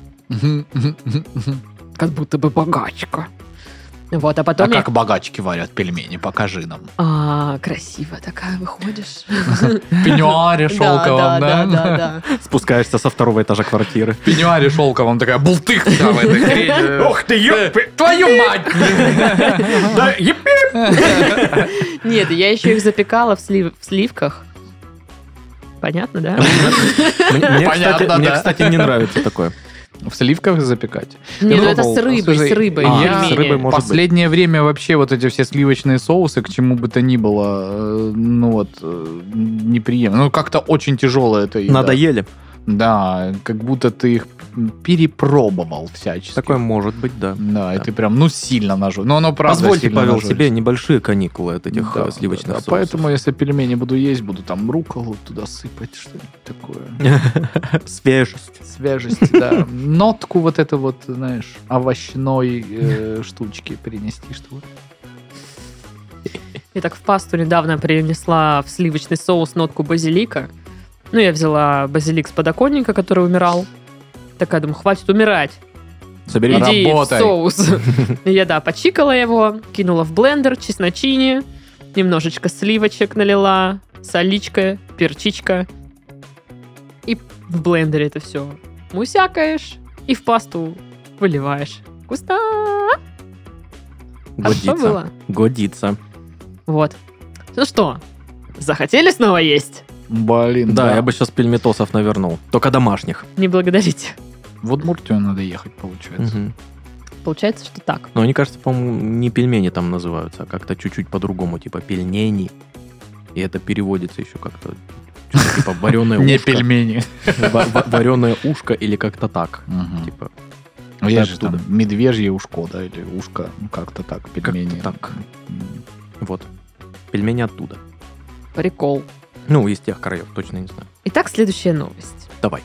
как будто бы богачка. Вот, а А потом я... как богачки варят пельмени? Покажи нам. красиво такая выходишь. В пеньюаре шелковом, Да. Спускаешься со второго этажа квартиры. В пеньюаре шелковом такая бултых вся в этой хрени. Ох ты, ёпы! Твою мать! Да, епи! Нет, я еще их запекала в сливках. Понятно, да? Мне, кстати, не нравится такое. В сливках запекать? Не, ну это пробовал. с рыбой, Слушай, с рыбой. я пельмени. с рыбой может быть. Последнее время вообще вот эти все сливочные соусы, к чему бы то ни было, ну вот, неприемлемо. Ну, как-то очень тяжелое это. Надоели. Да, как будто ты их перепробовал всячески. Такое может быть, да. Да, и ты прям, ну, сильно нажу. Но оно правда Позвольте, сильно Павел, нажорит. себе небольшие каникулы от этих Да, сливочных да, соусов. Поэтому, если пельмени буду есть, буду там рукколу туда сыпать, что-нибудь такое. Свежесть. Свежесть, да. Нотку вот это вот, знаешь, овощной штучки принести, чтобы... Я так в пасту недавно принесла в сливочный соус нотку базилика. Ну, я взяла базилик с подоконника, который умирал. Такая, думаю, хватит умирать. Соберись. Иди в Работай. соус. Я, да, почикала его, кинула в блендер, чесночини, немножечко сливочек налила, соличка, перчичка. И в блендере это все мусякаешь и в пасту выливаешь. Вкусно! Хорошо Годится. было? Годится. Вот. Ну что, захотели снова есть? Блин, Да, я бы сейчас пельметосов навернул. Только домашних. Не благодарите. В Удмуртию надо ехать, получается. Мгм. Получается, что так. Но они, кажется, по-моему, не пельмени там называются, а как-то чуть-чуть по-другому, типа пельнени. И это переводится еще как-то что-то типа вареное Не ушко. пельмени. Вареное ушко или как-то так. Мгм. Типа, Ну, есть же оттуда. там медвежье ушко, да, или ушко, ну, как-то так, пельмени. Как-то так. М. вот. Пельмени оттуда. Прикол. Ну, из тех краев, точно не знаю. Итак, следующая новость. Давай.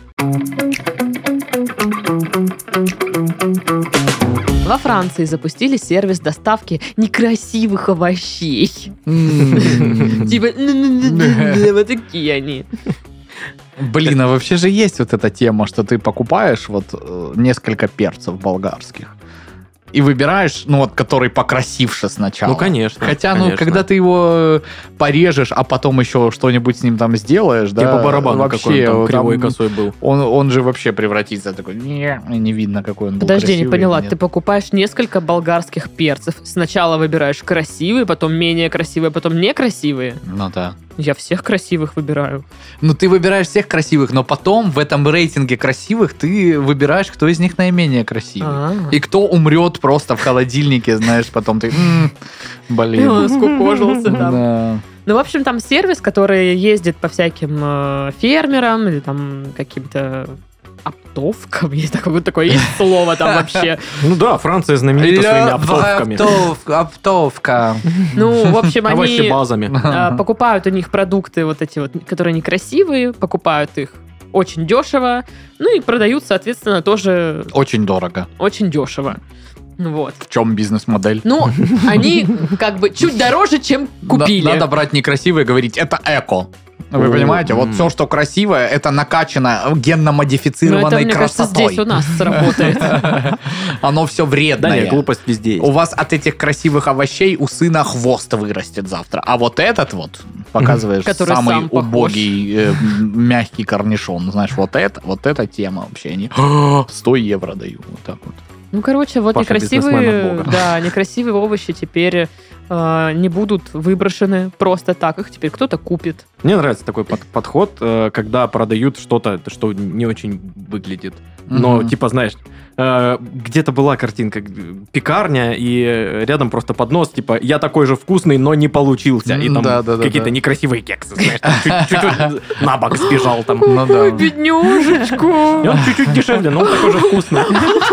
Во Франции запустили сервис доставки некрасивых овощей. М. Типа, вот такие они. Блин, а вообще же есть вот эта тема, что ты покупаешь вот несколько перцев болгарских и выбираешь, ну вот, который покрасивше сначала. Ну, конечно. Хотя, конечно. ну, когда ты его порежешь, а потом еще что-нибудь с ним там сделаешь, да, Тебе по барабану, вообще, какой он там кривой там косой был. он же вообще превратится в такой, не видно, какой он был Подожди, не красивый поняла. или нет. Ты покупаешь несколько болгарских перцев. Сначала выбираешь красивые, потом менее красивые, потом некрасивые. Ну да. Я всех красивых выбираю. Ну, ты выбираешь всех красивых, но потом в этом рейтинге красивых ты выбираешь, кто из них наименее красивый. А. И кто умрет просто в холодильнике, знаешь, потом ты... Блин. Он скукожился там. Да. Ну, в общем, там сервис, который ездит по всяким фермерам или там каким-то оптовкам. Есть такое есть слово там вообще. Ну да, Франция знаменита своими оптовками. Оптовка. Ну, в общем, они Овощебазами. покупают у них продукты вот эти вот, которые некрасивые, покупают их очень дешево, ну и продают, соответственно, тоже Очень дорого. очень дешево. Вот. В чем бизнес-модель? Ну, они как бы чуть дороже, чем купили. Надо брать некрасивое и говорить, это эко. Вы понимаете, вот все, что красивое, это накачано Ну, это, генно-модифицированной мне кажется, красотой. здесь у нас сработает. Оно все Да вредное. нет, глупость везде есть. У вас от этих красивых овощей у сына хвост вырастет завтра. А вот этот вот, показываешь, Который самый сам похож. убогий, мягкий корнишон. Знаешь, вот эта тема вообще. Они 100 евро даю. Вот так вот. Ну, короче, вот Паша бизнесмен от некрасивые, бога. да, некрасивые овощи теперь не будут выброшены просто так. Их теперь кто-то купит. Мне нравится такой подход, когда продают что-то, что не очень выглядит. Но, Мгм. типа, знаешь, где-то была картинка, пекарня, и рядом просто поднос, типа, я такой же вкусный, но не получился. И там Да-да-да-да. какие-то некрасивые кексы, знаешь, там чуть-чуть на бок сбежал там. Ну да. Ой, бедняжечку. И он чуть-чуть дешевле, но он такой же вкусный.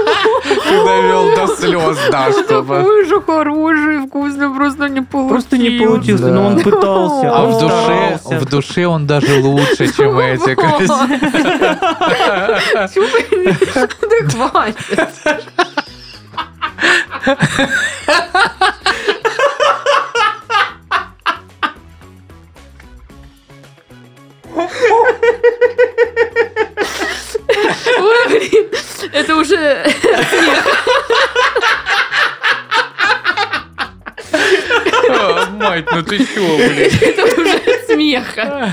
Ты довел до слез, да, чтобы... Какой же хороший, вкусный, просто не получился. Просто не получился, Да. но он пытался. А он в старался. душе он даже лучше, чем эти красивые. Да хватит. Ой, блин, это уже Мать, ну ты чё, блин? это уже смеха.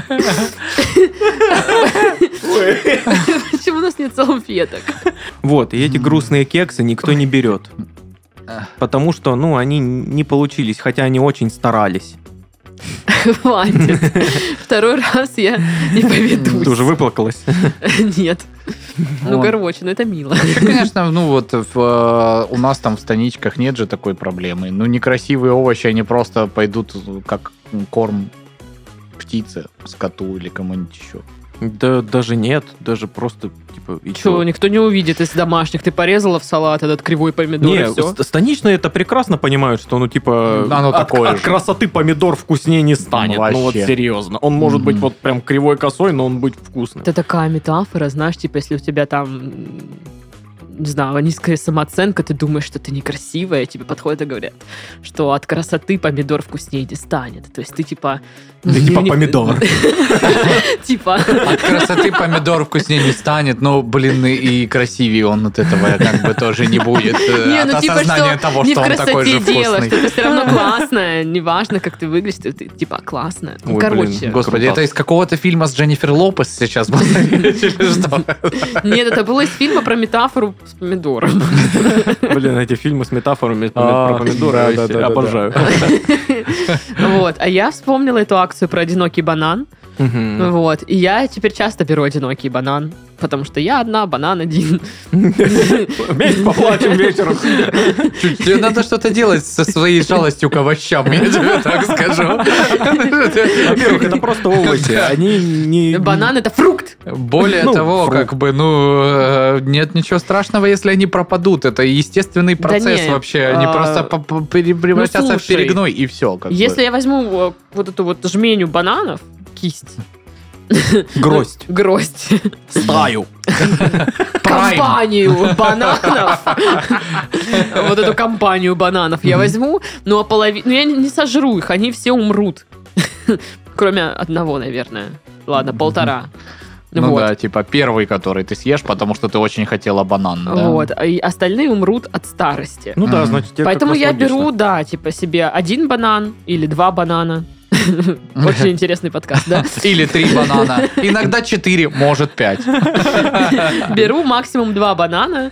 Почему у нас нет салфеток? Вот, и эти грустные кексы никто не берет. Потому что, ну, они не получились, хотя они очень старались. Хватит. Второй раз я не поведусь. Ты уже выплакалась? Нет. Ну, Вот. короче, ну это мило. Вообще, конечно, ну вот у нас там в станичках нет же такой проблемы. Ну, некрасивые овощи, они просто пойдут как корм птице, скоту или кому-нибудь еще. Да даже нет, даже просто, типа, и Че, чё? никто не увидит из домашних. Ты порезала в салат этот кривой помидор Не, и все. станичные это прекрасно понимают, что, ну, типа, Оно такое от же. красоты помидор вкуснее не станет. Ну, Ну, вот вообще. серьезно. Он может быть Мгм. вот прям кривой косой, но он будет вкусным. Это такая метафора, знаешь, типа, если у тебя там, не знаю, низкая самооценка, ты думаешь, что ты некрасивая, тебе подходят и говорят, что от красоты помидор вкуснее не станет. То есть ты типа... Ты типа помидор. Типа... От красоты помидор вкуснее не станет, но, блин, и красивее он от этого как бы тоже не будет. Не, От ну типа, осознания что того, не что в он такой же красоте дело, вкусный. что ты все равно классная, неважно, как ты выглядишь, ты типа классная. Ну, Ой, короче. блин, Господи, Круто. это из какого-то фильма с Дженнифер Лопес сейчас было? Или что? Нет, это было из фильма про метафору с помидором. Блин, эти фильмы с метафорами А, про помидоры да, я да, да, да. обожаю. Вот. А я вспомнила эту акцию про одинокий банан. Мгм. Вот. И я теперь часто беру одинокий банан, потому что я одна, банан один. Вместе поплачем вечером. Тебе надо что-то делать со своей жалостью к овощам, я тебе так скажу. Во-первых, это просто овощи. Они не... Банан — это фрукт. Более Ну, того, фрукт. как бы, нет ничего страшного, если они пропадут. Это естественный Да процесс не, вообще. Они просто превратятся в слушай, перегной, и все. Если я возьму вот эту вот жменю бананов, кисть, Гроздь. гроздь, Стаю. компанию бананов, вот эту компанию бананов я возьму, ну а половину, я не сожру их, они все умрут. Кроме одного, наверное. Ладно, полтора. Ну Вот. да, типа первый, который ты съешь, потому что ты очень хотела банан. Да? Вот. И остальные умрут от старости. Ну да, Мгм. значит, тебе Поэтому как раз я логично. беру, да, типа себе 1 банан или 2 банана. Очень интересный подкаст, да? Или 3 банана. Иногда 4, может 5. Беру максимум 2 банана.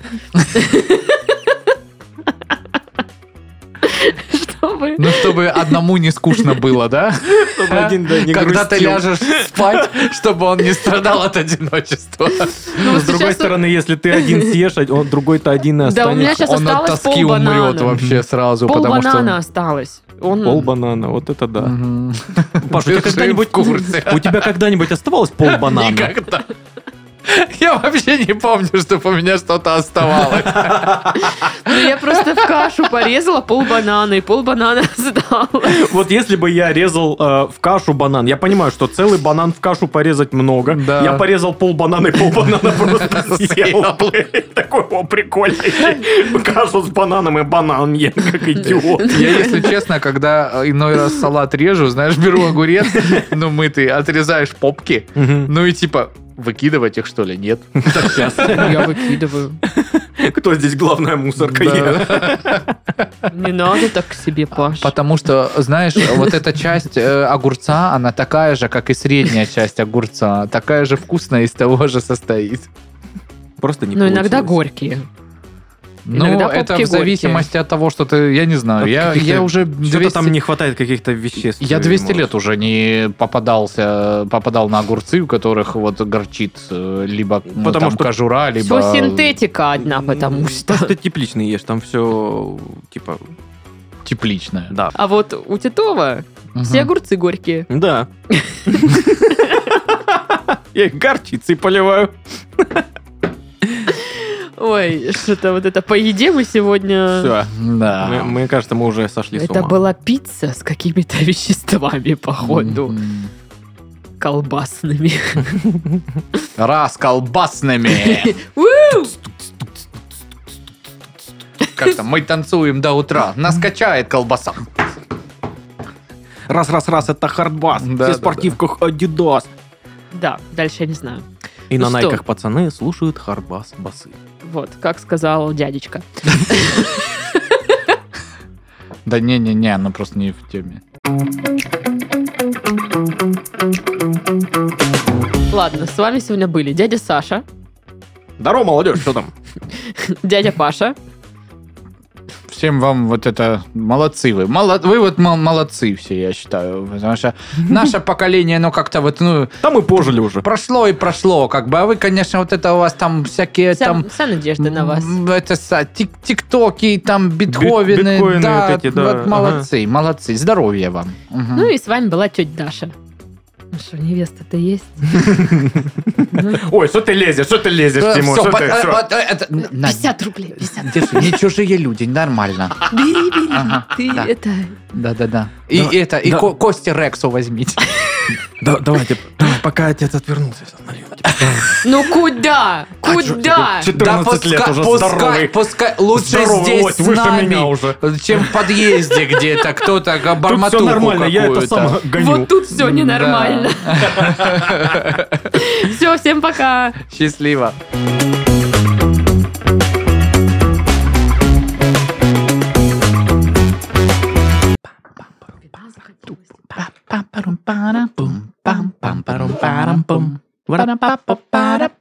Чтобы... Ну, чтобы одному не скучно было, да? Чтобы один, да, не Когда ты грустил. ляжешь спать, чтобы он не страдал от одиночества. Ну, вот С другой сейчас- стороны, если ты один съешь, а он другой-то один и Да, у меня останется. сейчас Он от осталось тоски полбанана. умрет вообще сразу, Пол потому банана что... осталось. Он... Полбанана, вот это да. Мгм. Паша, у тебя Держи когда-нибудь в курсе. у тебя когда-нибудь оставалось полбанана? Никогда. Я вообще не помню, чтобы у меня что-то оставалось. Ну, я просто в кашу порезала полбанана, и полбанана осталось. Вот если бы я резал в кашу банан, я понимаю, что целый банан в кашу порезать много. Да. Я порезал полбанана и полбанана просто съел. Такой, о, прикольно. Кашу с бананом и банан ем, как идиот. Я, если честно, когда иной раз салат режу, знаешь, беру огурец, ну, мытый, отрезаешь попки, ну и типа, выкидывать их, что ли, нет? Так сейчас. Я выкидываю. Кто здесь главная мусорка? Я. Не надо так к себе, Паш. Потому что, знаешь, вот эта часть огурца, она такая же, как и средняя часть огурца, такая же вкусная, из того же состоит. Просто не Но иногда получилось. горькие. Ну, Иногда это попки в зависимости от того, что ты, я не знаю, я Каких-то- уже Что-то 200 там не хватает каких-то веществ. Я 200 может. лет уже не попадал на огурцы, у которых вот горчит либо ну, Потому там что кожура, либо... Все синтетика одна, потому что. Ты тепличный ешь, там все типа, Тепличная. да. А вот у Титова Мгм. все огурцы горькие. Да. Я их горчицей поливаю. Ой, что-то вот это по еде мы сегодня... Все. Да. Мне кажется, мы уже сошли с Это ума. была пицца с какими-то веществами, походу, Мгм. колбасными. Раз колбасными. Уу! Как там, мы танцуем до утра. Нас качает колбаса. Раз, это хардбас. Да, Все да, в спортивках Adidas. Да, дальше я не знаю. И Ну на что? найках пацаны слушают хардбас басы. Вот, как сказал дядечка. Да не-не-не, ну просто не в теме. Ладно, с вами сегодня были дядя Саша, Здорово, молодежь, что там? дядя Паша. Всем вам вот это молодцы вы. Вы вот молодцы все, я считаю. Потому что наше поколение, ну как-то вот, ну, Там мы пожили уже. прошло и прошло, как бы. А вы, конечно, вот это у вас там всякие там... Вся надежда на вас. Это тиктоки, там битховены. биткоины да, вот эти, да, вот ага. молодцы, молодцы. Здоровья вам. Мгм. Ну и с вами была тетя Даша. Ну что, невеста-то есть? Ой, что ты лезешь, Тимур? Всё, Что ты? Всё. 50 рублей, 50. Держи, не чужие люди, нормально. Бери, Ага, ты да. это... Да-да-да. И Да, это, и да. Кости Рексу возьмите. Давайте, пока отец отвернулся. сейчас налью тебе. Ну куда? Куда? 14 лет уже здоровый. Пускай лучше Здоровый здесь лось, с выше нами, меня уже. чем в подъезде где-то кто-то Тут бормотуху все нормально, я это сам какую-то. гоню. Вот тут все ненормально. Все, всем пока. Счастливо. Пам-парум-парам-пум, пам-пам-парум-парам-пум. Парам-па-па-пара.